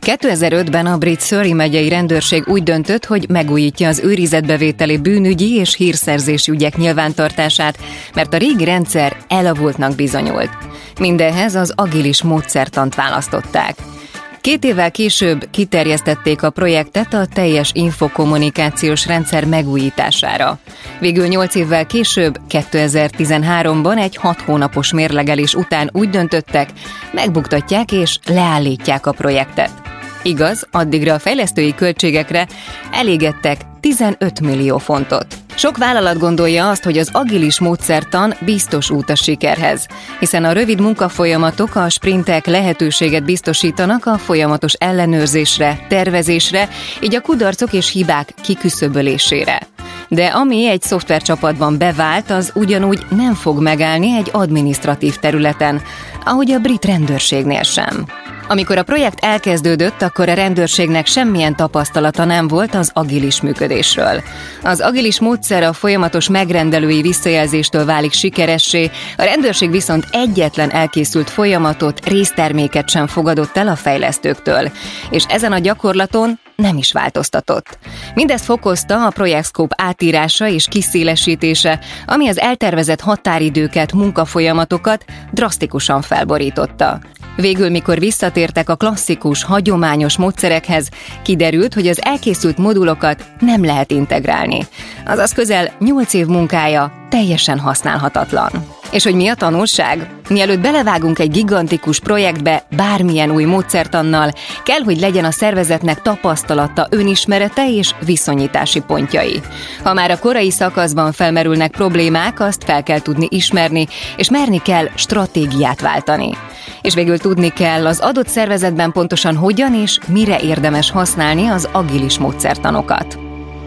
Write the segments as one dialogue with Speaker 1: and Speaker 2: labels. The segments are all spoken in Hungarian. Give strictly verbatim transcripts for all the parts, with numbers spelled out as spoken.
Speaker 1: kétezer-ötben a brit Surrey megyei rendőrség úgy döntött, hogy megújítja az őrizetbevételi bűnügyi és hírszerzési ügyek nyilvántartását, mert a régi rendszer elavultnak bizonyult. Mindehhez az agilis módszertant választották. Két évvel később kiterjesztették a projektet a teljes infokommunikációs rendszer megújítására. Végül nyolc évvel később, kétezer-tizenháromban egy hat hónapos mérlegelés után úgy döntöttek, megbuktatják és leállítják a projektet. Igaz, addigra a fejlesztői költségekre elégettek tizenöt millió fontot. Sok vállalat gondolja azt, hogy az agilis módszertan biztos út a sikerhez, hiszen a rövid munkafolyamatok, a sprintek lehetőséget biztosítanak a folyamatos ellenőrzésre, tervezésre, így a kudarcok és hibák kiküszöbölésére. De ami egy szoftvercsapatban bevált, az ugyanúgy nem fog megállni egy adminisztratív területen, ahogy a brit rendőrségnél sem. Amikor a projekt elkezdődött, akkor a rendőrségnek semmilyen tapasztalata nem volt az agilis működésről. Az agilis módszer a folyamatos megrendelői visszajelzéstől válik sikeressé, a rendőrség viszont egyetlen elkészült folyamatot, részterméket sem fogadott el a fejlesztőktől, és ezen a gyakorlaton nem is változtatott. Mindezt fokozta a projektszkóp átírása és kiszélesítése, ami az eltervezett határidőket, munkafolyamatokat drasztikusan felborította. Végül, mikor visszatértek a klasszikus, hagyományos módszerekhez, kiderült, hogy az elkészült modulokat nem lehet integrálni. Azaz közel nyolc év munkája teljesen használhatatlan. És hogy mi a tanulság? Mielőtt belevágunk egy gigantikus projektbe bármilyen új módszertannal, kell, hogy legyen a szervezetnek tapasztalata, önismerete és viszonyítási pontjai. Ha már a korai szakaszban felmerülnek problémák, azt fel kell tudni ismerni, és merni kell stratégiát váltani. És végül tudni kell, az adott szervezetben pontosan hogyan és mire érdemes használni az agilis módszertanokat.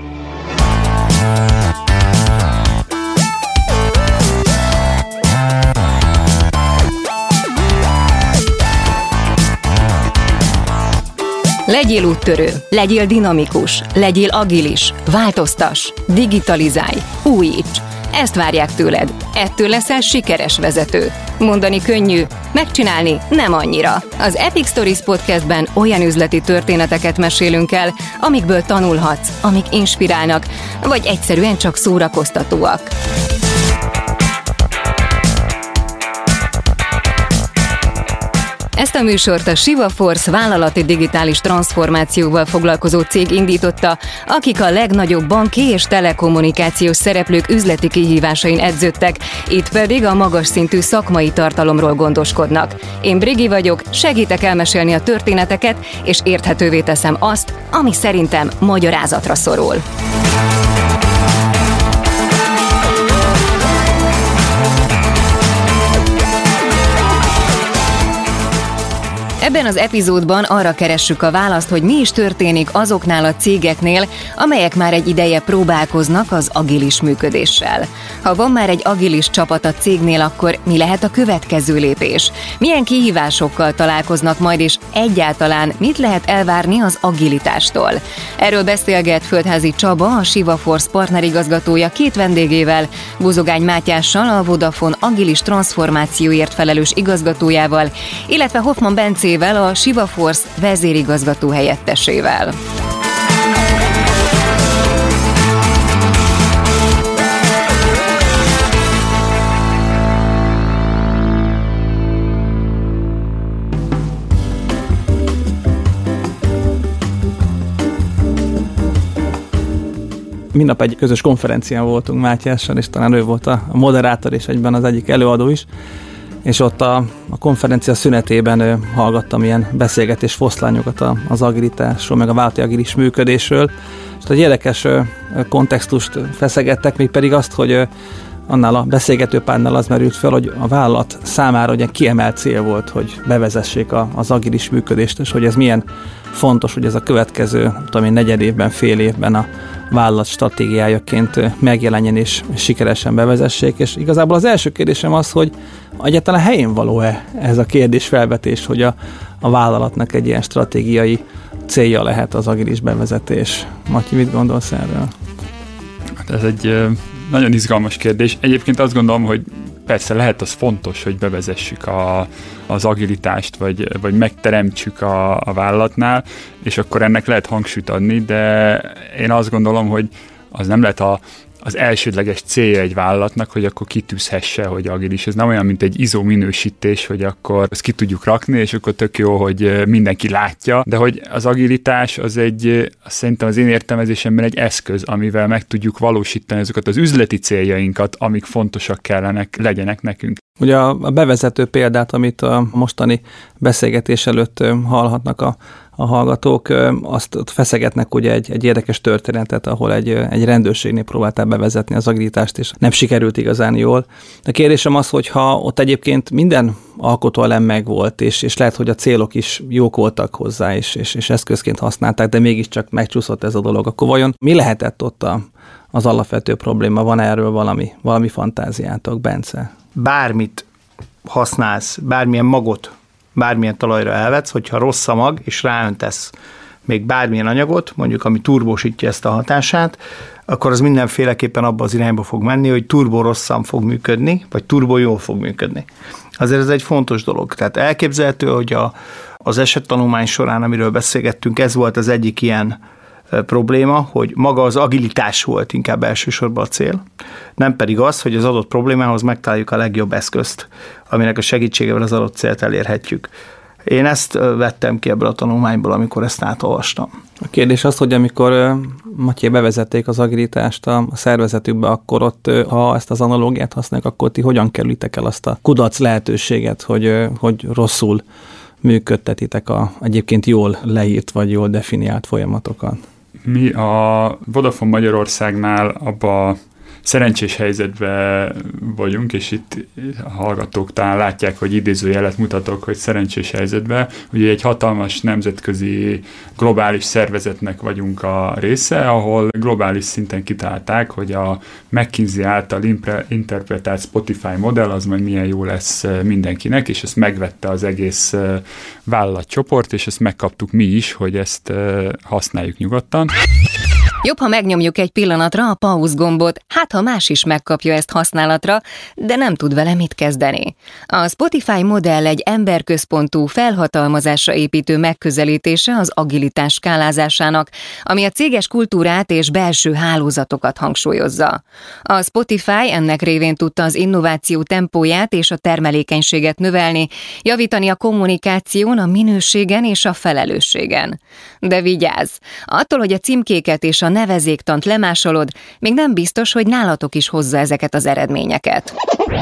Speaker 1: Legyél úttörő, legyél dinamikus, legyél agilis, változtass, digitalizálj, újíts. Ezt várják tőled. Ettől leszel sikeres vezető. Mondani könnyű, megcsinálni nem annyira. Az Epic Stories podcastben olyan üzleti történeteket mesélünk el, amikből tanulhatsz, amik inspirálnak, vagy egyszerűen csak szórakoztatóak. Ezt a műsort a Shiva Force vállalati digitális transformációval foglalkozó cég indította, akik a legnagyobb banki és telekommunikációs szereplők üzleti kihívásain edződtek, itt pedig a magas szintű szakmai tartalomról gondoskodnak. Én Brigi vagyok, segítek elmesélni a történeteket, és érthetővé teszem azt, ami szerintem magyarázatra szorul. Ebben az epizódban arra keressük a választ, hogy mi is történik azoknál a cégeknél, amelyek már egy ideje próbálkoznak az agilis működéssel. Ha van már egy agilis csapat a cégnél, akkor mi lehet a következő lépés? Milyen kihívásokkal találkoznak majd, és egyáltalán mit lehet elvárni az agilitástól? Erről beszélget Földházy Csaba, a Shiva Force partnerigazgatója két vendégével, Buzogány Mátyással, a Vodafone agilis transformációért felelős igazgatójával, illetve Hoffman Bencével, a Shiva Force vezérigazgató helyettesével.
Speaker 2: Mindnap egy közös konferencián voltunk Mátyással, és talán ő volt a moderátor és egyben az egyik előadó is. És ott a, a konferencia szünetében ö, hallgattam ilyen beszélgetés foszlányokat a, az agilitásról, meg a vállalati agilis működésről, és egy érdekes ö, kontextust feszegettek, még pedig azt, hogy ö, annál a beszélgetőpárnál az merült fel, hogy a vállalat számára ugye kiemelt cél volt, hogy bevezessék a, az agilis működést, és hogy ez milyen fontos, hogy ez a következő, nem tudom én, negyed évben, fél évben a vállalat stratégiájaként megjelenjen és sikeresen bevezessék, és igazából az első kérdésem az, hogy egyáltalán helyén való-e ez a kérdés felvetés, hogy a, a vállalatnak egy ilyen stratégiai célja lehet az agilis bevezetés. Matyi, mit gondolsz erről?
Speaker 3: Hát ez egy nagyon izgalmas kérdés. Egyébként azt gondolom, hogy persze lehet az fontos, hogy bevezessük a, az agilitást, vagy, vagy megteremtsük a, a vállalatnál, és akkor ennek lehet hangsúlyt adni, de én azt gondolom, hogy az nem lehet a az elsődleges célja egy vállalatnak, hogy akkor kitűzhesse, hogy agilis. Ez nem olyan, mint egy izó minősítés, hogy akkor ezt ki tudjuk rakni, és akkor tök jó, hogy mindenki látja, de hogy az agilitás az egy, szerintem az én értelmezésemben egy eszköz, amivel meg tudjuk valósítani azokat az üzleti céljainkat, amik fontosak kellenek, legyenek nekünk.
Speaker 2: Ugye a bevezető példát, amit a mostani beszélgetés előtt hallhatnak a a hallgatók, azt feszegetnek ugye egy, egy érdekes történetet, ahol egy, egy rendőrségnél próbálták bevezetni az agilitást, és nem sikerült igazán jól. De kérdésem az, hogy ha ott egyébként minden alkotóelem megvolt, és, és lehet, hogy a célok is jók voltak hozzá, és, és, és eszközként használták, de mégiscsak megcsúszott ez a dolog, akkor vajon mi lehetett ott a, az alapvető probléma? Van erről valami, valami fantáziátok, Bence?
Speaker 4: Bármit használsz, bármilyen magot, bármilyen talajra elvetsz, hogyha rossz a mag, és ráöntesz még bármilyen anyagot, mondjuk ami turbósítja ezt a hatását, akkor az mindenféleképpen abba az irányba fog menni, hogy turbo rosszan fog működni, vagy turbo jól fog működni. Azért ez egy fontos dolog. Tehát elképzelhető, hogy a, az esettanulmány során, amiről beszélgettünk, ez volt az egyik ilyen probléma, hogy maga az agilitás volt inkább elsősorban a cél, nem pedig az, hogy az adott problémához megtaláljuk a legjobb eszközt, aminek a segítségével az adott célt elérhetjük. Én ezt vettem ki ebből a tanulmányból, amikor ezt átolvastam.
Speaker 2: A kérdés az, hogy amikor Matyé bevezették az agilitást a szervezetükbe, akkor ott, ha ezt az analógiát használják, akkor ti hogyan kerülitek el azt a kudarc lehetőséget, hogy, hogy rosszul működtetitek a egyébként jól leírt vagy jól definiált folyamatokat?
Speaker 3: Mi a Vodafone Magyarországnál abba szerencsés helyzetben vagyunk, és itt a hallgatók talán látják, hogy idézőjelet mutatok, hogy szerencsés helyzetben. Ugye egy hatalmas nemzetközi globális szervezetnek vagyunk a része, ahol globális szinten kitalálták, hogy a McKinsey által interpretált Spotify modell az majd milyen jó lesz mindenkinek, és ezt megvette az egész vállalatcsoport, és ezt megkaptuk mi is, hogy ezt használjuk nyugodtan.
Speaker 1: Jobb, ha megnyomjuk egy pillanatra a pause gombot, hát ha más is megkapja ezt használatra, de nem tud vele mit kezdeni. A Spotify modell egy emberközpontú, felhatalmazásra építő megközelítése az agilitás skálázásának, ami a céges kultúrát és belső hálózatokat hangsúlyozza. A Spotify ennek révén tudta az innováció tempóját és a termelékenységet növelni, javítani a kommunikáción, a minőségen és a felelősségen. De vigyázz! Attól, hogy a címkéket és a nevezéktant lemásolod, még nem biztos, hogy nálatok is hozza ezeket az eredményeket.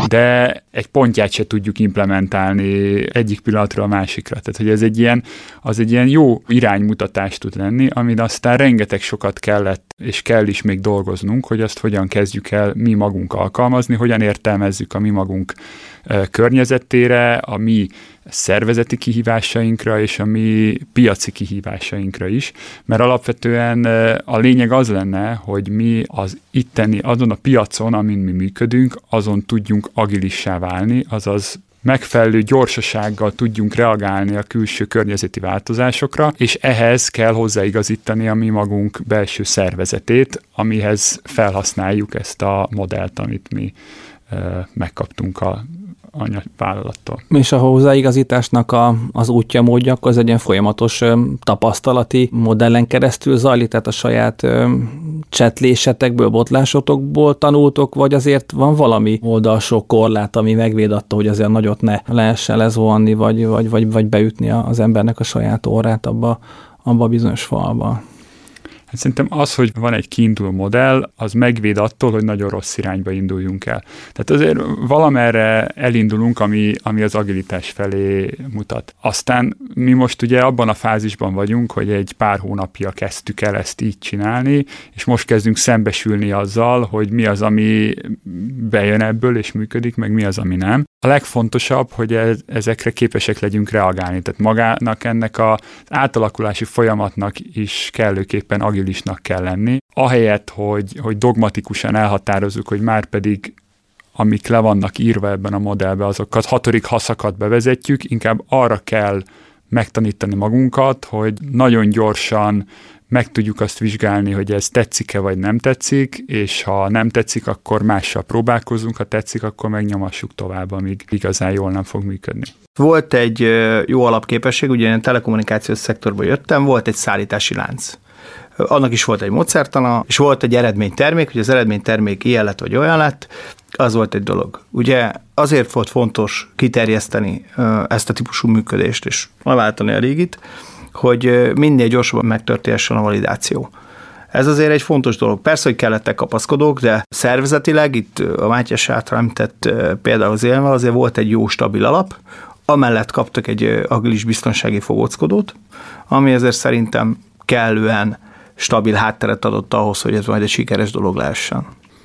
Speaker 3: De egy pontját se tudjuk implementálni egyik pillanatra a másikra. Tehát, hogy ez egy ilyen, az egy ilyen jó iránymutatás tud lenni, amit aztán rengeteg sokat kellett, és kell is még dolgoznunk, hogy azt hogyan kezdjük el mi magunk alkalmazni, hogyan értelmezzük a mi magunk környezetére, a mi szervezeti kihívásainkra és a mi piaci kihívásainkra is, mert alapvetően a lényeg az lenne, hogy mi az itteni, azon a piacon, amin mi működünk, azon tudjunk agilissá válni, azaz megfelelő gyorsasággal tudjunk reagálni a külső környezeti változásokra, és ehhez kell hozzáigazítani a mi magunk belső szervezetét, amihez felhasználjuk ezt a modellt, amit mi ö, megkaptunk a anyavállalattól.
Speaker 2: És a hozzáigazításnak a, az útja, módja, akkor az egy ilyen folyamatos ö, tapasztalati modellen keresztül zajlik, tehát a saját ö, csetlésetekből, botlásotokból tanultok, vagy azért van valami oldalsó korlát, ami megvéd attól, hogy azért nagyot ne lehessen lezuhanni, vagy, vagy, vagy, vagy beütni az embernek a saját orrát abba, abba a bizonyos falba.
Speaker 3: Hát szerintem az, hogy van egy kiinduló modell, az megvéd attól, hogy nagyon rossz irányba induljunk el. Tehát azért valamerre elindulunk, ami, ami az agilitás felé mutat. Aztán mi most ugye abban a fázisban vagyunk, hogy egy pár hónapja kezdtük el ezt így csinálni, és most kezdünk szembesülni azzal, hogy mi az, ami bejön ebből és működik, meg mi az, ami nem. A legfontosabb, hogy ez, ezekre képesek legyünk reagálni. Tehát magának ennek az átalakulási folyamatnak is kellőképpen agilisnak kell lenni. Ahelyett, hogy, hogy dogmatikusan elhatározzuk, hogy már pedig amik le vannak írva ebben a modellben, azokat hatodik haszakat bevezetjük, inkább arra kell megtanítani magunkat, hogy nagyon gyorsan meg tudjuk azt vizsgálni, hogy ez tetszik-e vagy nem tetszik, és ha nem tetszik, akkor mással próbálkozunk, ha tetszik, akkor megnyomassuk tovább, amíg igazán jól nem fog működni.
Speaker 4: Volt egy jó alapképesség, ugye én telekommunikációs szektorból jöttem, volt egy szállítási lánc. Annak is volt egy módszertana, és volt egy eredménytermék, hogy az eredménytermék ilyen lett, vagy olyan lett, az volt egy dolog. Ugye azért volt fontos kiterjeszteni ezt a típusú működést, és leváltani a régit, hogy minél gyorsabban megtörténhessen a validáció. Ez azért egy fontos dolog. Persze, hogy kellettek kapaszkodók, de szervezetileg itt a Mátyás által említett például az élve azért volt egy jó, stabil alap, amellett kaptak egy agilis biztonsági fogóckodót, ami azért szerintem kellően stabil hátteret adott ahhoz, hogy ez majd egy sikeres dolog lehessen.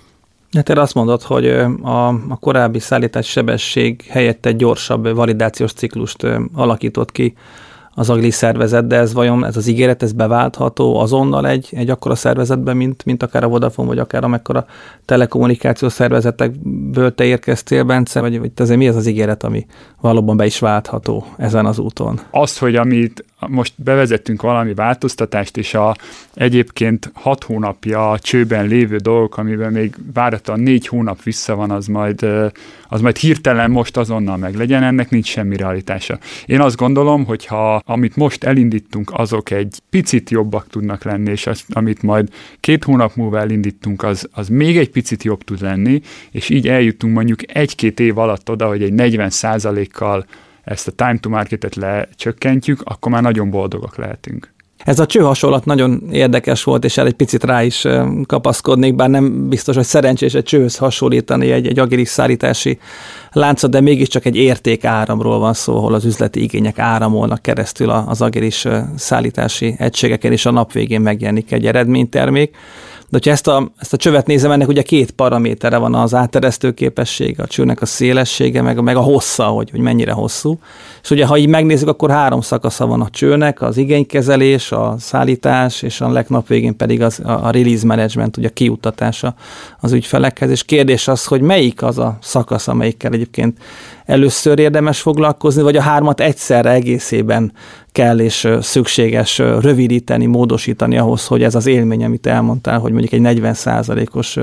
Speaker 2: Hát erre azt mondod, hogy a, a korábbi szállítási sebesség helyett egy gyorsabb validációs ciklust alakított ki az agilis szervezet, de ez vajon, ez az ígéret, ez beváltható azonnal egy, egy akkora szervezetben, mint, mint akár a Vodafone, vagy akár amekkora telekommunikációs szervezetekből te érkeztél, Bence, vagy, vagy azért mi ez az ígéret, ami valóban be is váltható ezen az úton?
Speaker 3: Azt, hogy amit most bevezettünk valami változtatást, és a egyébként hat hónapja csőben lévő dolgok, amiben még váratlan négy hónap vissza van, az majd, az majd hirtelen most azonnal meglegyen, ennek nincs semmi realitása. Én azt gondolom, hogy ha amit most elindítunk, azok egy picit jobbak tudnak lenni, és az, amit majd két hónap múlva elindítunk, az, az még egy picit jobb tud lenni, és így eljutunk mondjuk egy-két év alatt oda, hogy egy negyven százalékkal ezt a time to marketet lecsökkentjük, akkor már nagyon boldogak lehetünk.
Speaker 2: Ez a cső hasonlat nagyon érdekes volt, és el egy picit rá is kapaszkodnék, bár nem biztos, hogy szerencsés egy csőhöz hasonlítani egy, egy agilis szállítási láncot, de mégiscsak egy értékáramról van szó, ahol az üzleti igények áramolnak keresztül az agilis szállítási egységeken, és a nap végén megjelenik egy eredménytermék. De hogyha ezt a, ezt a csövet nézem, ennek ugye két paramétere van, az áteresztő képessége, a csőnek a szélessége, meg, meg a hossza, hogy, hogy mennyire hosszú. És ugye, ha így megnézzük, akkor három szakasza van a csőnek, az igénykezelés, a szállítás, és a legnap végén pedig az, a release management, ugye a kiuttatása az ügyfelekhez. És kérdés az, hogy melyik az a szakasz, amelyikkel egyébként először érdemes foglalkozni, vagy a hármat egyszerre egészében kell és szükséges rövidíteni, módosítani ahhoz, hogy ez az élmény, amit elmondtál, hogy mondjuk egy negyven százalékos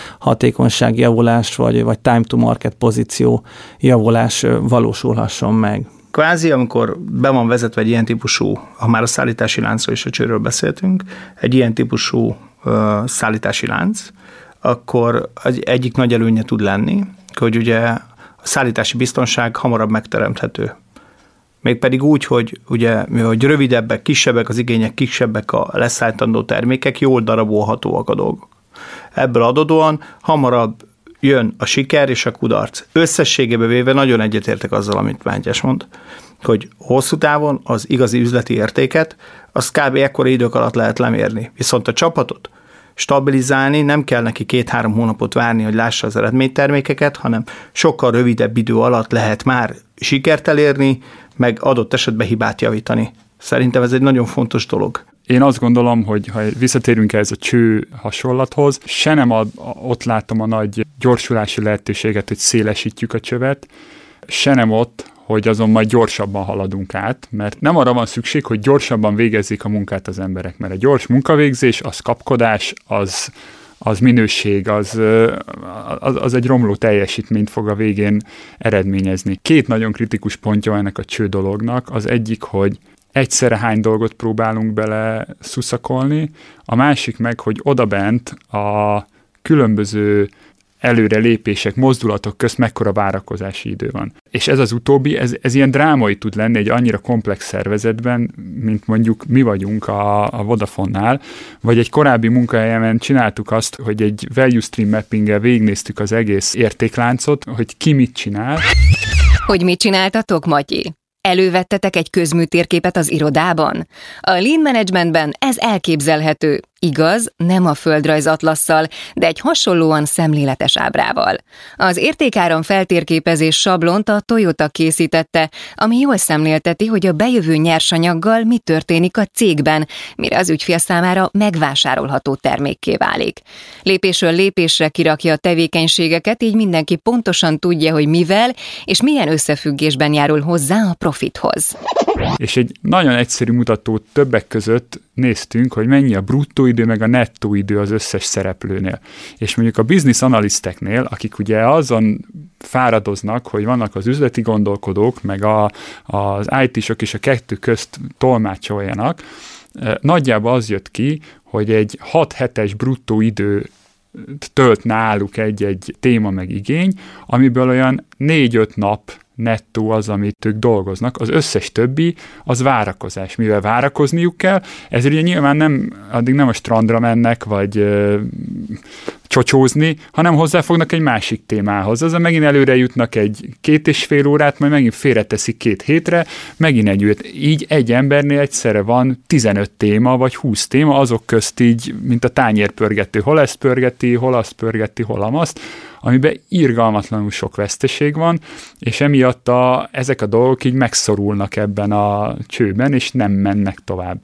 Speaker 2: hatékonyságjavulás, vagy, vagy time to market pozíció javulás valósulhasson meg.
Speaker 4: Kvázi, amikor be van vezetve egy ilyen típusú, ha már a szállítási láncról és a csőről beszéltünk, egy ilyen típusú uh, szállítási lánc, akkor egy, egyik nagy előnye tud lenni, hogy ugye a szállítási biztonság hamarabb megteremthető. Mégpedig úgy, hogy ugye, hogy rövidebbek, kisebbek az igények, kisebbek a leszállítandó termékek, jól darabolhatóak a dolgok. Ebből adódóan hamarabb jön a siker és a kudarc. Összességében véve nagyon egyetértek azzal, amit Mátyás mond, hogy hosszú távon az igazi üzleti értéket, az kb. Ekkora idők alatt lehet lemérni. Viszont a csapatot stabilizálni, nem kell neki két-három hónapot várni, hogy lássa az eredménytermékeket, hanem sokkal rövidebb idő alatt lehet már sikert elérni, meg adott esetben hibát javítani. Szerintem ez egy nagyon fontos dolog.
Speaker 3: Én azt gondolom, hogy ha visszatérünk ehhez a cső hasonlathoz, se nem ad, ott látom a nagy gyorsulási lehetőséget, hogy szélesítjük a csövet, se nem ott, hogy azon majd gyorsabban haladunk át, mert nem arra van szükség, hogy gyorsabban végezzék a munkát az emberek, mert a gyors munkavégzés, az kapkodás, az, az minőség, az, az, az egy romló teljesítményt fog a végén eredményezni. Két nagyon kritikus pontja ennek a cső dolognak, az egyik, hogy egyszerre hány dolgot próbálunk bele szuszakolni, a másik meg, hogy odabent a különböző előre lépések, mozdulatok közt mekkora várakozási idő van. És ez az utóbbi, ez, ez ilyen drámai tud lenni egy annyira komplex szervezetben, mint mondjuk mi vagyunk a, a Vodafone-nál, vagy egy korábbi munkahelyemen csináltuk azt, hogy egy value stream mappinggel végignéztük az egész értékláncot, hogy ki mit csinál.
Speaker 1: Hogy mit csináltatok, Matyi? Elővettetek egy közműtérképet az irodában? A lean managementben ez elképzelhető, Igaz, nem a földrajz atlasszal, de egy hasonlóan szemléletes ábrával. Az értékáram feltérképezés sablont a Toyota készítette, ami jól szemlélteti, hogy a bejövő nyersanyaggal mi történik a cégben, mire az ügyfél számára megvásárolható termékké válik. Lépésről lépésre kirakja a tevékenységeket, így mindenki pontosan tudja, hogy mivel és milyen összefüggésben járul hozzá a profithoz.
Speaker 3: És egy nagyon egyszerű mutatót többek között néztünk, hogy mennyi a bruttó idő, meg a nettó idő az összes szereplőnél. És mondjuk a business analiszteknél, akik ugye azon fáradoznak, hogy vannak az üzleti gondolkodók, meg a, az í té-sok és a kettő közt tolmácsoljanak, nagyjából az jött ki, hogy egy hat hetes bruttó idő tölt náluk egy-egy téma meg igény, amiből olyan négy-öt nap nettó az, amit ők dolgoznak, az összes többi az várakozás, mivel várakozniuk kell, ezért ugye nyilván nem, addig nem a strandra mennek, vagy ö, csocsózni, hanem hozzáfognak egy másik témához. Azon megint előre jutnak egy két és fél órát, majd megint félreteszik két hétre, megint egy őt. Így egy embernél egyszerre van tizenöt téma, vagy húsz téma, azok közt így, mint a tányérpörgető, hol ezt pörgeti, hol azt pörgeti, hol amazt, amiben irgalmatlanul sok veszteség van, és emiatt a, ezek a dolgok így megszorulnak ebben a csőben, és nem mennek tovább.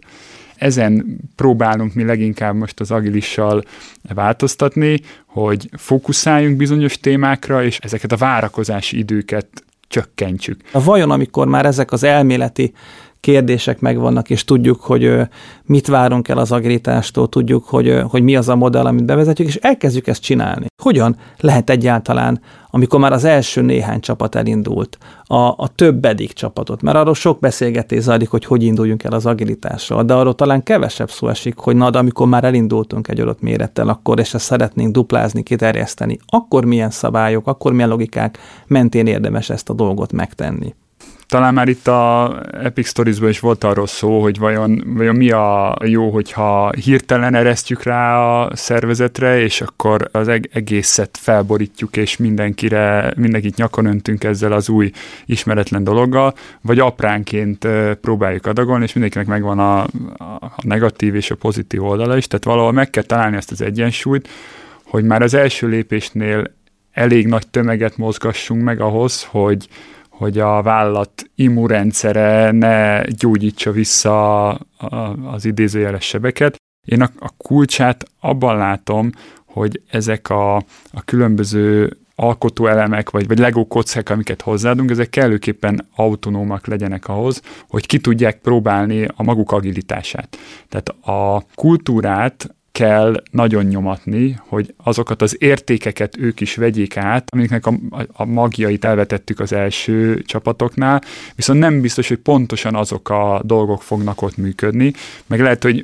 Speaker 3: Ezen próbálunk mi leginkább most az Agilissal változtatni, hogy fókuszáljunk bizonyos témákra, és ezeket a várakozási időket csökkentsük.
Speaker 2: A vajon, amikor már ezek az elméleti kérdések megvannak, és tudjuk, hogy mit várunk el az agilitástól, tudjuk, hogy, hogy mi az a modell, amit bevezetjük, és elkezdjük ezt csinálni. Hogyan lehet egyáltalán, amikor már az első néhány csapat elindult, a, a többedik csapatot, mert arról sok beszélgetés zajlik, hogy hogy induljunk el az agilitásra, de arról talán kevesebb szó esik, hogy na, de amikor már elindultunk egy adott mérettel, akkor és ezt szeretnénk duplázni, kiterjeszteni, akkor milyen szabályok, akkor milyen logikák mentén érdemes ezt a dolgot megtenni.
Speaker 3: Talán már itt a Epic Stories-ban is volt arról szó, hogy vajon, vajon mi a jó, hogyha hirtelen eresztjük rá a szervezetre, és akkor az egészet felborítjuk, és mindenkire, mindenkit nyakon öntünk ezzel az új ismeretlen dologgal, vagy apránként próbáljuk adagolni, és mindenkinek megvan a, a negatív és a pozitív oldala is, tehát valahol meg kell találni ezt az egyensúlyt, hogy már az első lépésnél elég nagy tömeget mozgassunk meg ahhoz, hogy hogy a vállalat immunrendszere ne gyógyítsa vissza az idézőjeles sebeket. Én a, a kulcsát abban látom, hogy ezek a, a különböző alkotó elemek, vagy, vagy Lego kockák, amiket hozzáadunk, ezek kellőképpen autonómak legyenek ahhoz, hogy ki tudják próbálni a maguk agilitását. Tehát a kultúrát kell nagyon nyomatni, hogy azokat az értékeket ők is vegyék át, amiknek a, a magjait elvetettük az első csapatoknál, viszont nem biztos, hogy pontosan azok a dolgok fognak ott működni, meg lehet, hogy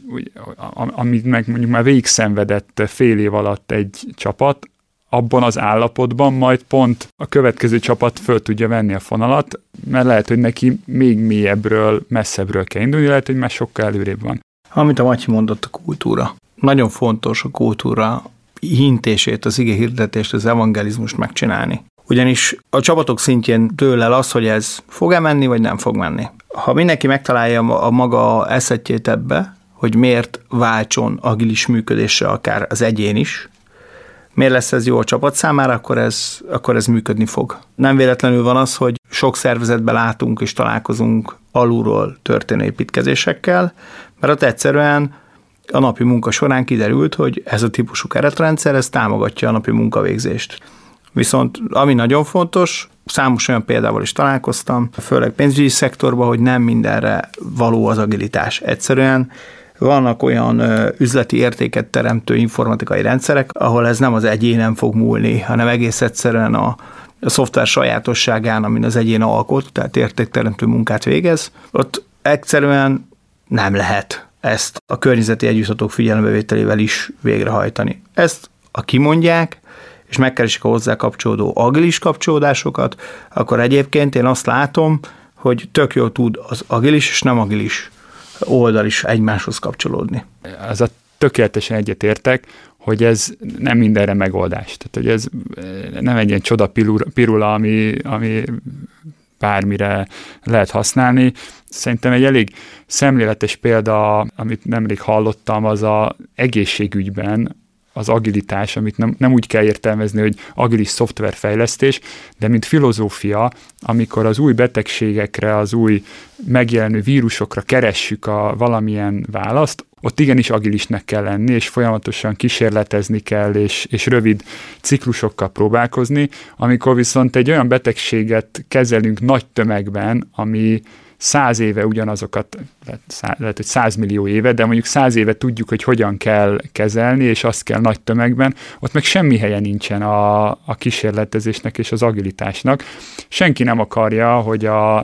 Speaker 3: amit meg mondjuk már végig szenvedett fél év alatt egy csapat, abban az állapotban majd pont a következő csapat föl tudja venni a fonalat, mert lehet, hogy neki még mélyebbről, messzebbről kell indulni, lehet, hogy már sokkal előrébb van.
Speaker 4: Amit a Matyi mondott, a kultúra. Nagyon fontos a kultúra hintését, az ige hirdetést, az evangelizmust megcsinálni. Ugyanis a csapatok szintjén dől el az, hogy ez fog-e menni, vagy nem fog menni. Ha mindenki megtalálja a maga eszetjét ebbe, hogy miért váltson agilis működésre akár az egyén is, miért lesz ez jó a csapat számára, akkor ez, akkor ez működni fog. Nem véletlenül van az, hogy sok szervezetben látunk és találkozunk alulról történő építkezésekkel, mert ott egyszerűen a napi munka során kiderült, hogy ez a típusú keretrendszer, ez támogatja a napi munkavégzést. Viszont ami nagyon fontos, számos olyan példával is találkoztam, főleg pénzügyi szektorban, hogy nem mindenre való az agilitás. Egyszerűen vannak olyan üzleti értéket teremtő informatikai rendszerek, ahol ez nem az egyénen fog múlni, hanem egész egyszerűen a, a szoftver sajátosságán, amin az egyén alkot, tehát értékteremtő munkát végez, ott egyszerűen nem lehet ezt a környezeti együtthatók figyelembevételével is végrehajtani. Ezt, ha kimondják, és megkeresik a hozzá kapcsolódó agilis kapcsolódásokat, akkor egyébként én azt látom, hogy tök jól tud az agilis és nem agilis oldal is egymáshoz kapcsolódni.
Speaker 3: Ez a tökéletesen egyetértek, hogy ez nem mindenre megoldás. Tehát, hogy ez nem egy ilyen csoda pirula, ami, ami bármire lehet használni. Szerintem egy elég szemléletes példa, amit nemrég hallottam, az az egészségügyben az agilitás, amit nem, nem úgy kell értelmezni, hogy agilis szoftverfejlesztés, de mint filozófia, amikor az új betegségekre, az új megjelenő vírusokra keressük a valamilyen választ, ott igenis agilisnek kell lenni, és folyamatosan kísérletezni kell, és, és rövid ciklusokkal próbálkozni, amikor viszont egy olyan betegséget kezelünk nagy tömegben, ami száz éve ugyanazokat, lehet, lehet, hogy százmillió éve, de mondjuk száz éve tudjuk, hogy hogyan kell kezelni, és azt kell nagy tömegben, ott meg semmi helye nincsen a, a kísérletezésnek és az agilitásnak. Senki nem akarja, hogy a,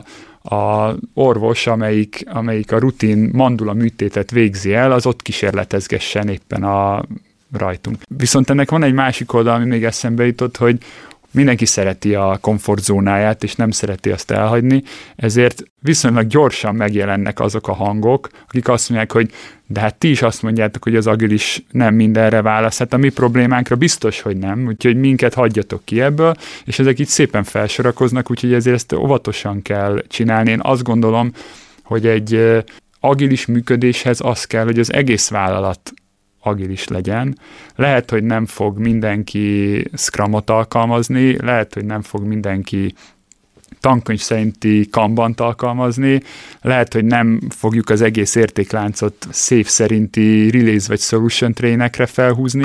Speaker 3: a orvos, amelyik, amelyik a rutin mandula műtétet végzi el, az ott kísérletezgessen éppen a rajtunk. Viszont ennek van egy másik oldal, ami még eszembe jutott, hogy mindenki szereti a komfortzónáját, és nem szereti azt elhagyni, ezért viszonylag gyorsan megjelennek azok a hangok, akik azt mondják, hogy de hát ti is azt mondjátok, hogy az agilis nem mindenre válasz, hát a mi problémánkra biztos, hogy nem, úgyhogy minket hagyjatok ki ebből, és ezek így szépen felsorakoznak, úgyhogy ezért ezt óvatosan kell csinálni. Én azt gondolom, hogy egy agilis működéshez az kell, hogy az egész vállalat agilis legyen. Lehet, hogy nem fog mindenki Scrumot alkalmazni, lehet, hogy nem fog mindenki tankönyv szerinti Kanbant alkalmazni, lehet, hogy nem fogjuk az egész értékláncot SAFe szerinti Release vagy Solution trainekre felhúzni.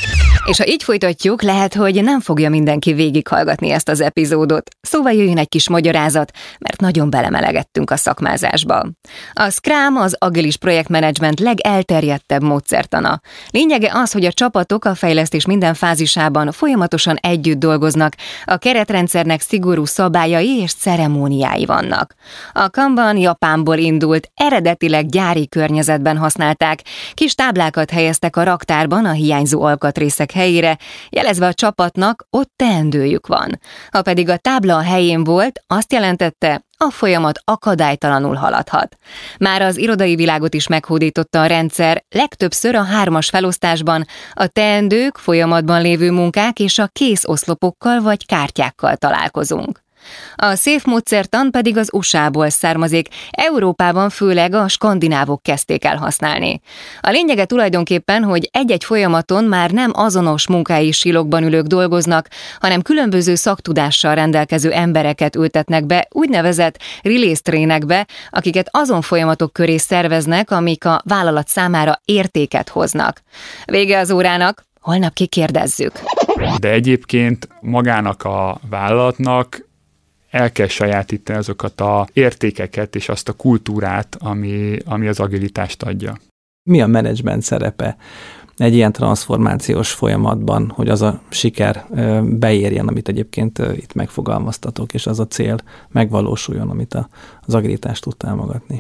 Speaker 1: És ha így folytatjuk, lehet, hogy nem fogja mindenki végighallgatni ezt az epizódot. Szóval jöjjön egy kis magyarázat, mert nagyon belemelegettünk a szakmázásba. A Scrum az agilis projektmenedzsment legelterjedtebb módszertana. Lényege az, hogy a csapatok a fejlesztés minden fázisában folyamatosan együtt dolgoznak, a keretrendszernek szigorú szabályai és ceremóniái vannak. A Kanban Japánból indult, eredetileg gyári környezetben használták, kis táblákat helyeztek a raktárban a hiányzó alkatrészek helyére, jelezve a csapatnak, ott teendőjük van. Ha pedig a tábla a helyén volt, azt jelentette, a folyamat akadálytalanul haladhat. Már az irodai világot is meghódította a rendszer, legtöbbször a hármas felosztásban a teendők, folyamatban lévő munkák és a kész oszlopokkal vagy kártyákkal találkozunk. A SAFe módszertan pedig az u es á-ból származik, Európában főleg a skandinávok kezdték el használni. A lényege tulajdonképpen, hogy egy-egy folyamaton már nem azonos munkahelyi silokban ülők dolgoznak, hanem különböző szaktudással rendelkező embereket ültetnek be úgynevezett release trainekbe, akiket azon folyamatok köré szerveznek, amik a vállalat számára értéket hoznak. Vége az órának, holnap kikérdezzük.
Speaker 3: De egyébként magának a vállalatnak el kell sajátítani azokat az értékeket és azt a kultúrát, ami, ami az agilitást adja.
Speaker 2: Mi a menedzsment szerepe egy ilyen transformációs folyamatban, hogy az a siker beérjen, amit egyébként itt megfogalmaztatok, és az a cél megvalósuljon, amit az agilitást tud támogatni?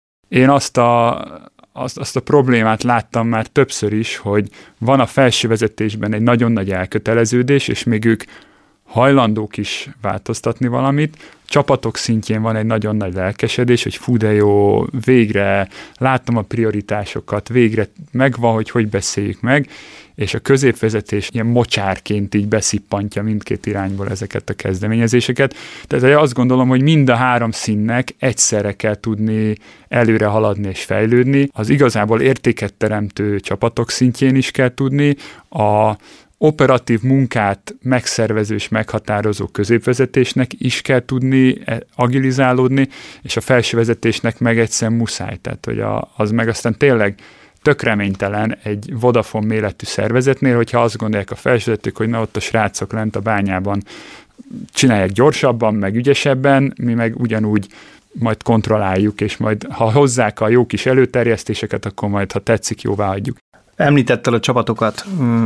Speaker 3: Én azt a, azt, azt a problémát láttam már többször is, hogy van a felső vezetésben egy nagyon nagy elköteleződés, és még ők hajlandók is változtatni valamit. Csapatok szintjén van egy nagyon nagy lelkesedés, hogy fú de jó, végre látom a prioritásokat, végre megvan, hogy hogy beszéljük meg, és a középvezetés ilyen mocsárként így beszippantja mindkét irányból ezeket a kezdeményezéseket. Tehát azt gondolom, hogy mind a három színnek egyszerre kell tudni előre haladni és fejlődni. Az igazából értéket teremtő csapatok szintjén is kell tudni, a operatív munkát megszervező és meghatározó középvezetésnek is kell tudni agilizálódni, és a felsővezetésnek meg egyszerűen muszáj. Tehát, hogy a, az meg aztán tényleg tök reménytelen egy Vodafone méretű szervezetnél, hogyha azt gondolják a felsővezetők, hogy na ott a srácok lent a bányában csinálják gyorsabban, meg ügyesebben, mi meg ugyanúgy majd kontrolláljuk, és majd ha hozzák a jó kis előterjesztéseket, akkor majd, ha tetszik, jóvá hagyjuk.
Speaker 4: Említettel a csapatokat,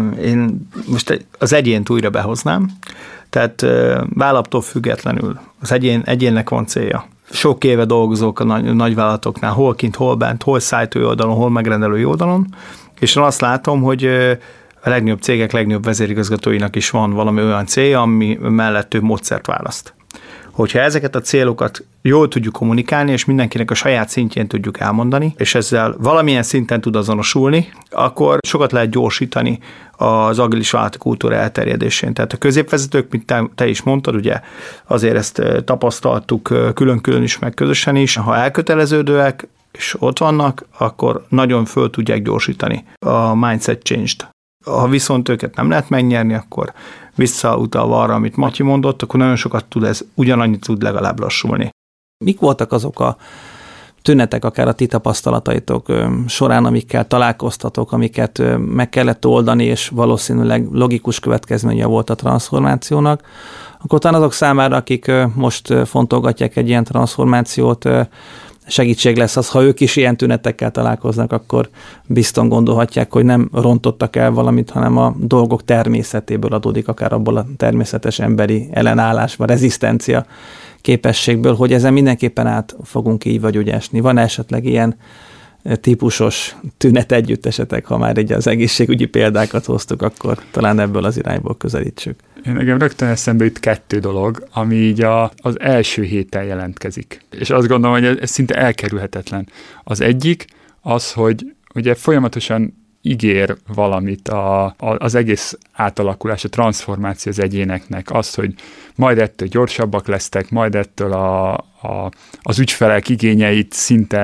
Speaker 4: én most az egyént újra behoznám, tehát vállalattól függetlenül az egyén, egyénnek van célja. Sok éve dolgozok a nagy, nagyvállalatoknál, hol kint, hol bent, hol szállítói oldalon, hol megrendelői oldalon, és azt látom, hogy a legnagyobb cégek, legnagyobb vezérigazgatóinak is van valami olyan célja, ami mellett ő módszert választ. Hogyha ezeket a célokat jól tudjuk kommunikálni, és mindenkinek a saját szintjén tudjuk elmondani, és ezzel valamilyen szinten tud azonosulni, akkor sokat lehet gyorsítani az agilis vállalati kultúra elterjedésén. Tehát a középvezetők, mint te, te is mondtad, ugye azért ezt tapasztaltuk külön-külön is, meg közösen is, ha elköteleződőek, és ott vannak, akkor nagyon föl tudják gyorsítani a mindset change-t. Ha viszont őket nem lehet megnyerni, akkor visszautalva arra, amit Matyi mondott, akkor nagyon sokat tud ez, ugyanannyit tud legalább lassulni.
Speaker 2: Mik voltak azok a tünetek, akár a ti tapasztalataitok során, amikkel találkoztatok, amiket meg kellett oldani, és valószínűleg logikus következménye volt a transformációnak, akkor talán azok számára, akik most fontolgatják egy ilyen transformációt, segítség lesz az, ha ők is ilyen tünetekkel találkoznak, akkor bizton gondolhatják, hogy nem rontottak el valamit, hanem a dolgok természetéből adódik, akár abból a természetes emberi ellenállásban, rezisztencia képességből, hogy ezen mindenképpen át fogunk így vagy úgy esni. Van esetleg ilyen típusos tünet együttesetek, ha már így az egészségügyi példákat hoztuk, akkor talán ebből az irányból közelítsük.
Speaker 3: Én nekem rögtön eszembe jut kettő dolog, ami így a, az első héten jelentkezik. És azt gondolom, hogy ez, ez szinte elkerülhetetlen. Az egyik az, hogy ugye folyamatosan ígér valamit a, a, az egész átalakulás, a transformáció az egyéneknek, azt, hogy majd ettől gyorsabbak lesztek, majd ettől a, a, az ügyfelek igényeit szinte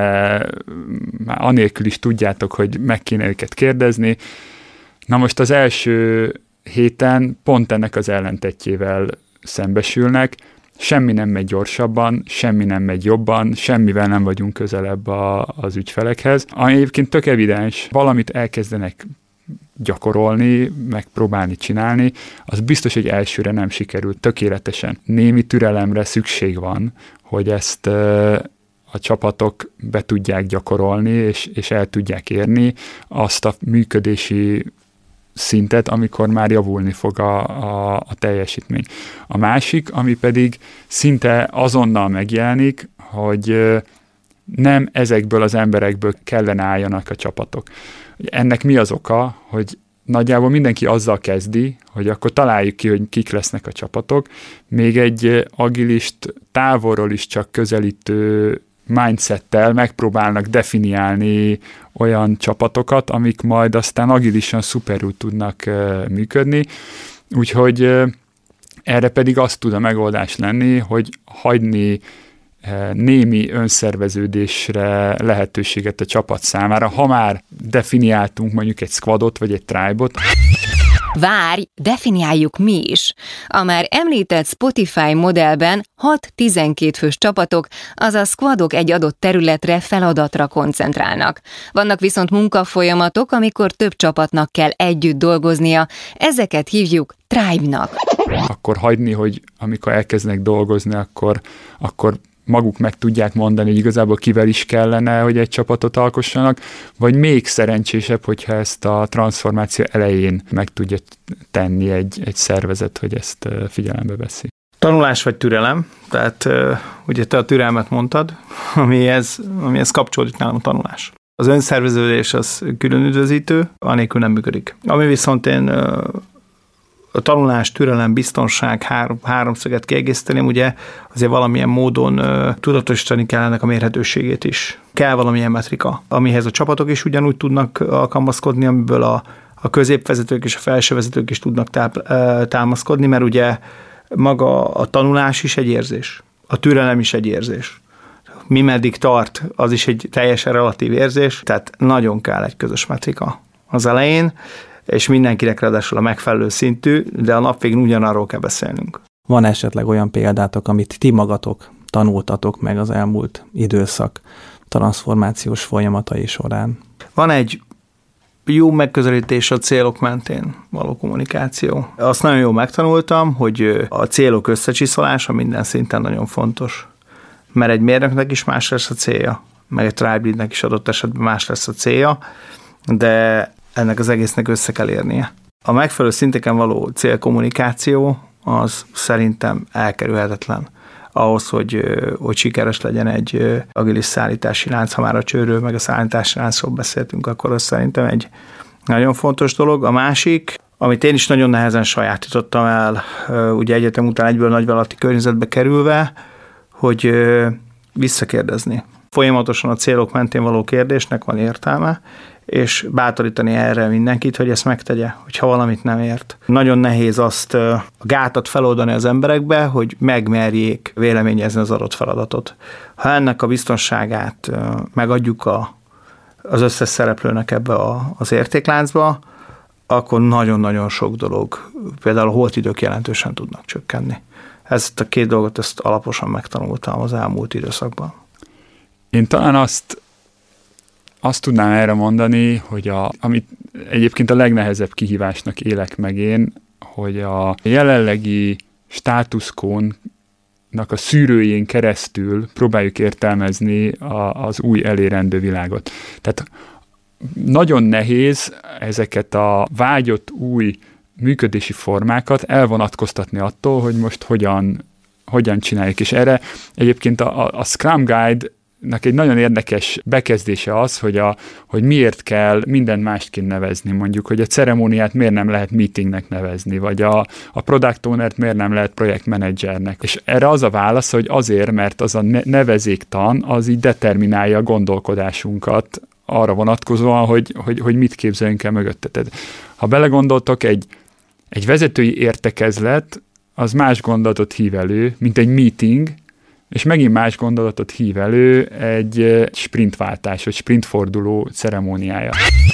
Speaker 3: már anélkül is tudjátok, hogy meg kéne őket kérdezni. Na most az első héten pont ennek az ellentetjével szembesülnek, semmi nem megy gyorsabban, semmi nem megy jobban, semmivel nem vagyunk közelebb a, az ügyfelekhez. Ami egyébként tök evidens, valamit elkezdenek gyakorolni, megpróbálni csinálni, az biztos, hogy elsőre nem sikerült tökéletesen. Némi türelemre szükség van, hogy ezt a csapatok be tudják gyakorolni, és, és el tudják érni azt a működési szintet, amikor már javulni fog a, a, a teljesítmény. A másik, ami pedig szinte azonnal megjelenik, hogy nem ezekből az emberekből kellene álljanak a csapatok. Ennek mi az oka, hogy nagyjából mindenki azzal kezdi, hogy akkor találjuk ki, hogy kik lesznek a csapatok, még egy agilist távolról is csak közelítő mindsettel megpróbálnak definiálni olyan csapatokat, amik majd aztán agilisan szuperül tudnak uh, működni. Úgyhogy uh, erre pedig azt tud a megoldás lenni, hogy hagyni uh, némi önszerveződésre lehetőséget a csapat számára. Ha már definiáltunk mondjuk egy squadot vagy egy tribe-ot,
Speaker 1: Várj, definiáljuk mi is. A már említett Spotify modellben hat-tizenkét fős csapatok, azaz squadok egy adott területre, feladatra koncentrálnak. Vannak viszont munkafolyamatok, amikor több csapatnak kell együtt dolgoznia, ezeket hívjuk tribe-nak.
Speaker 3: Akkor hagyni, hogy amikor elkezdenek dolgozni, akkor, akkor maguk meg tudják mondani, hogy igazából kivel is kellene, hogy egy csapatot alkossanak, vagy még szerencsésebb, hogyha ezt a transformáció elején meg tudja tenni egy, egy szervezet, hogy ezt figyelembe veszi.
Speaker 4: Tanulás vagy türelem, tehát ugye te a türelmet mondtad, amihez, amihez kapcsolódik nálam a tanulás. Az önszerveződés az külön üdvözítő, anélkül nem működik. Ami viszont én a tanulás, türelem, biztonság három, háromszöget kiegészíteném, ugye azért valamilyen módon uh, tudatosítani kell ennek a mérhetőségét is. Kell valamilyen metrika, amihez a csapatok is ugyanúgy tudnak alkalmazkodni, amiből a, a középvezetők és a felsővezetők is tudnak táp, uh, támaszkodni, mert ugye maga a tanulás is egy érzés, a türelem is egy érzés. Mi meddig tart, az is egy teljesen relatív érzés, tehát nagyon kell egy közös metrika az elején, és mindenkinek ráadásul a megfelelő szintű, de a nap végén ugyanarról kell beszélnünk.
Speaker 2: Van esetleg olyan példátok, amit ti magatok tanultatok meg az elmúlt időszak transformációs folyamatai során?
Speaker 4: Van egy jó megközelítés a célok mentén való kommunikáció. Azt nagyon jól megtanultam, hogy a célok összecsiszolása minden szinten nagyon fontos, mert egy mérnöknek is más lesz a célja, meg egy tribe leadnek is adott esetben más lesz a célja, de ennek az egésznek össze kell érnie. A megfelelő szinteken való célkommunikáció az szerintem elkerülhetetlen ahhoz, hogy, hogy sikeres legyen egy agilis szállítási lánc. Ha már a csőről meg a szállítási láncról beszéltünk, akkor az szerintem egy nagyon fontos dolog. A másik, amit én is nagyon nehezen sajátítottam el, ugye egyetem után egyből nagyvállalati környezetbe kerülve, hogy visszakérdezni. Folyamatosan a célok mentén való kérdésnek van értelme, és bátorítani erre mindenkit, hogy ezt megtegye, hogyha valamit nem ért. Nagyon nehéz azt a gátat feloldani az emberekbe, hogy megmerjék véleményezni az adott feladatot. Ha ennek a biztonságát megadjuk a, az összes szereplőnek ebbe a, az értékláncba, akkor nagyon-nagyon sok dolog, például a holtidők jelentősen tudnak csökkenni. Ezt a két dolgot ezt alaposan megtanultam az elmúlt időszakban.
Speaker 3: Én talán azt, azt tudnám erre mondani, hogy a, amit egyébként a legnehezebb kihívásnak élek meg én, hogy a jelenlegi státuszkónak a szűrőjén keresztül próbáljuk értelmezni a, az új elérendő világot. Tehát nagyon nehéz ezeket a vágyott új működési formákat elvonatkoztatni attól, hogy most hogyan, hogyan csináljuk. És erre egyébként a, a Scrum Guide-nak egy nagyon érdekes bekezdése az, hogy, a, hogy miért kell mindent másként nevezni. Mondjuk, hogy a ceremóniát miért nem lehet meetingnek nevezni, vagy a, a product ownert miért nem lehet projektmenedzsernek. És erre az a válasz, hogy azért, mert az a nevezéktan, az így determinálja a gondolkodásunkat arra vonatkozóan, hogy, hogy, hogy mit képzeljünk el mögötte. Tehát, ha belegondoltok, egy, egy vezetői értekezlet az más gondolatot hív elő, mint egy meeting, és megint más gondolatot hív elő egy sprintváltás, vagy sprintforduló ceremóniája.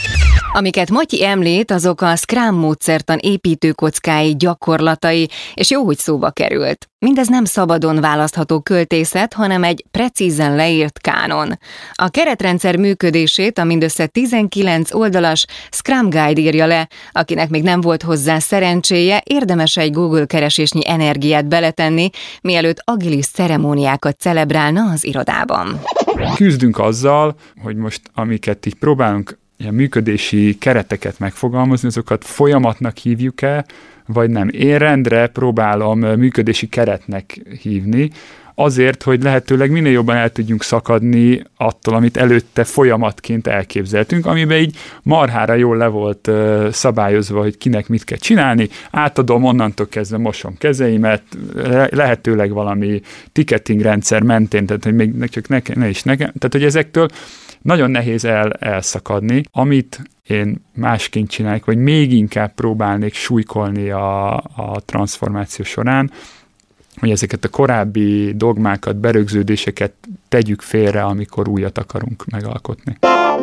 Speaker 1: Amiket Matyi említ, azok a Scrum módszertan építőkockái, gyakorlatai, és jó, hogy szóba került. Mindez nem szabadon választható költészet, hanem egy precízen leírt kánon. A keretrendszer működését a mindössze tizenkilenc oldalas Scrum Guide írja le, akinek még nem volt hozzá szerencséje, érdemes egy Google keresésnyi energiát beletenni, mielőtt agilis ceremóniákat celebrálna az irodában.
Speaker 3: Küzdünk azzal, hogy most amiket így próbálunk ilyen működési kereteket megfogalmazni, azokat folyamatnak hívjuk-e, vagy nem. Én rendre próbálom működési keretnek hívni, azért, hogy lehetőleg minél jobban el tudjunk szakadni attól, amit előtte folyamatként elképzeltünk, amiben így marhára jól le volt uh, szabályozva, hogy kinek mit kell csinálni, átadom, onnantól kezdve mosom kezeimet, le- lehetőleg valami ticketing rendszer mentén, tehát hogy még csak ne, ne is nekem, tehát hogy ezektől nagyon nehéz el, elszakadni. Amit én másként csinálok, vagy még inkább próbálnék súlykolni a, a transformáció során, hogy ezeket a korábbi dogmákat, berögződéseket tegyük félre, amikor újat akarunk megalkotni.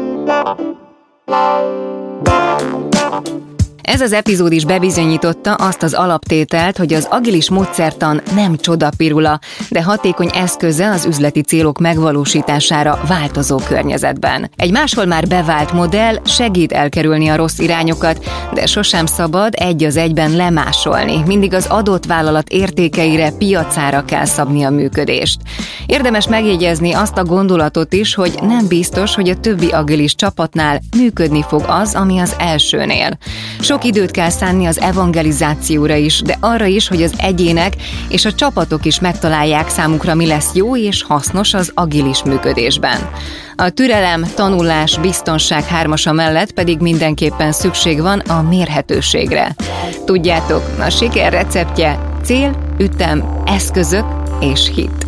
Speaker 1: Ez az epizód is bebizonyította azt az alaptételt, hogy az agilis módszertan nem csodapirula, de hatékony eszköze az üzleti célok megvalósítására változó környezetben. Egy máshol már bevált modell segít elkerülni a rossz irányokat, de sosem szabad egy az egyben lemásolni. Mindig az adott vállalat értékeire, piacára kell szabni a működést. Érdemes megjegyezni azt a gondolatot is, hogy nem biztos, hogy a többi agilis csapatnál működni fog az, ami az elsőnél. Sok időt kell szánni az evangelizációra is, de arra is, hogy az egyének és a csapatok is megtalálják számukra, mi lesz jó és hasznos az agilis működésben. A türelem, tanulás, biztonság hármasa mellett pedig mindenképpen szükség van a mérhetőségre. Tudjátok, a siker receptje cél, ütem, eszközök és hit.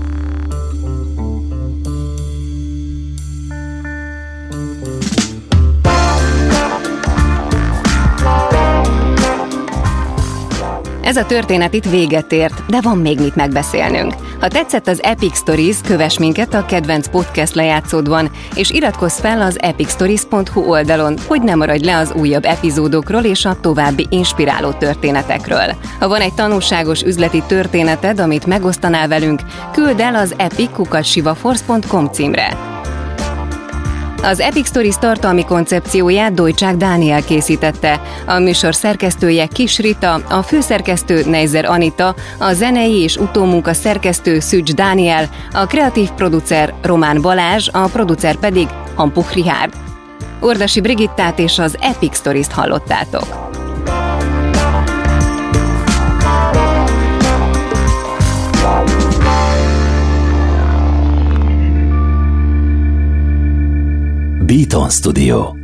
Speaker 1: Ez a történet itt véget ért, de van még mit megbeszélnünk. Ha tetszett az Epic Stories, kövess minket a kedvenc podcast lejátszódban, és iratkozz fel az epic stories pont hu oldalon, hogy ne maradj le az újabb epizódokról és a további inspiráló történetekről. Ha van egy tanulságos üzleti történeted, amit megosztanál velünk, küld el az epic kukac sivaforce pont com címre. Az Epic Stories tartalmi koncepcióját Dojcsák Dániel készítette, a műsor szerkesztője Kis Rita, a főszerkesztő Neizer Anita, a zenei és utómunka szerkesztő Szücs Dániel, a kreatív producer Román Balázs, a producer pedig Hampuch Richárd. Ordasi Brigittát és az Epic Stories-t hallottátok.
Speaker 5: Beaton Studio.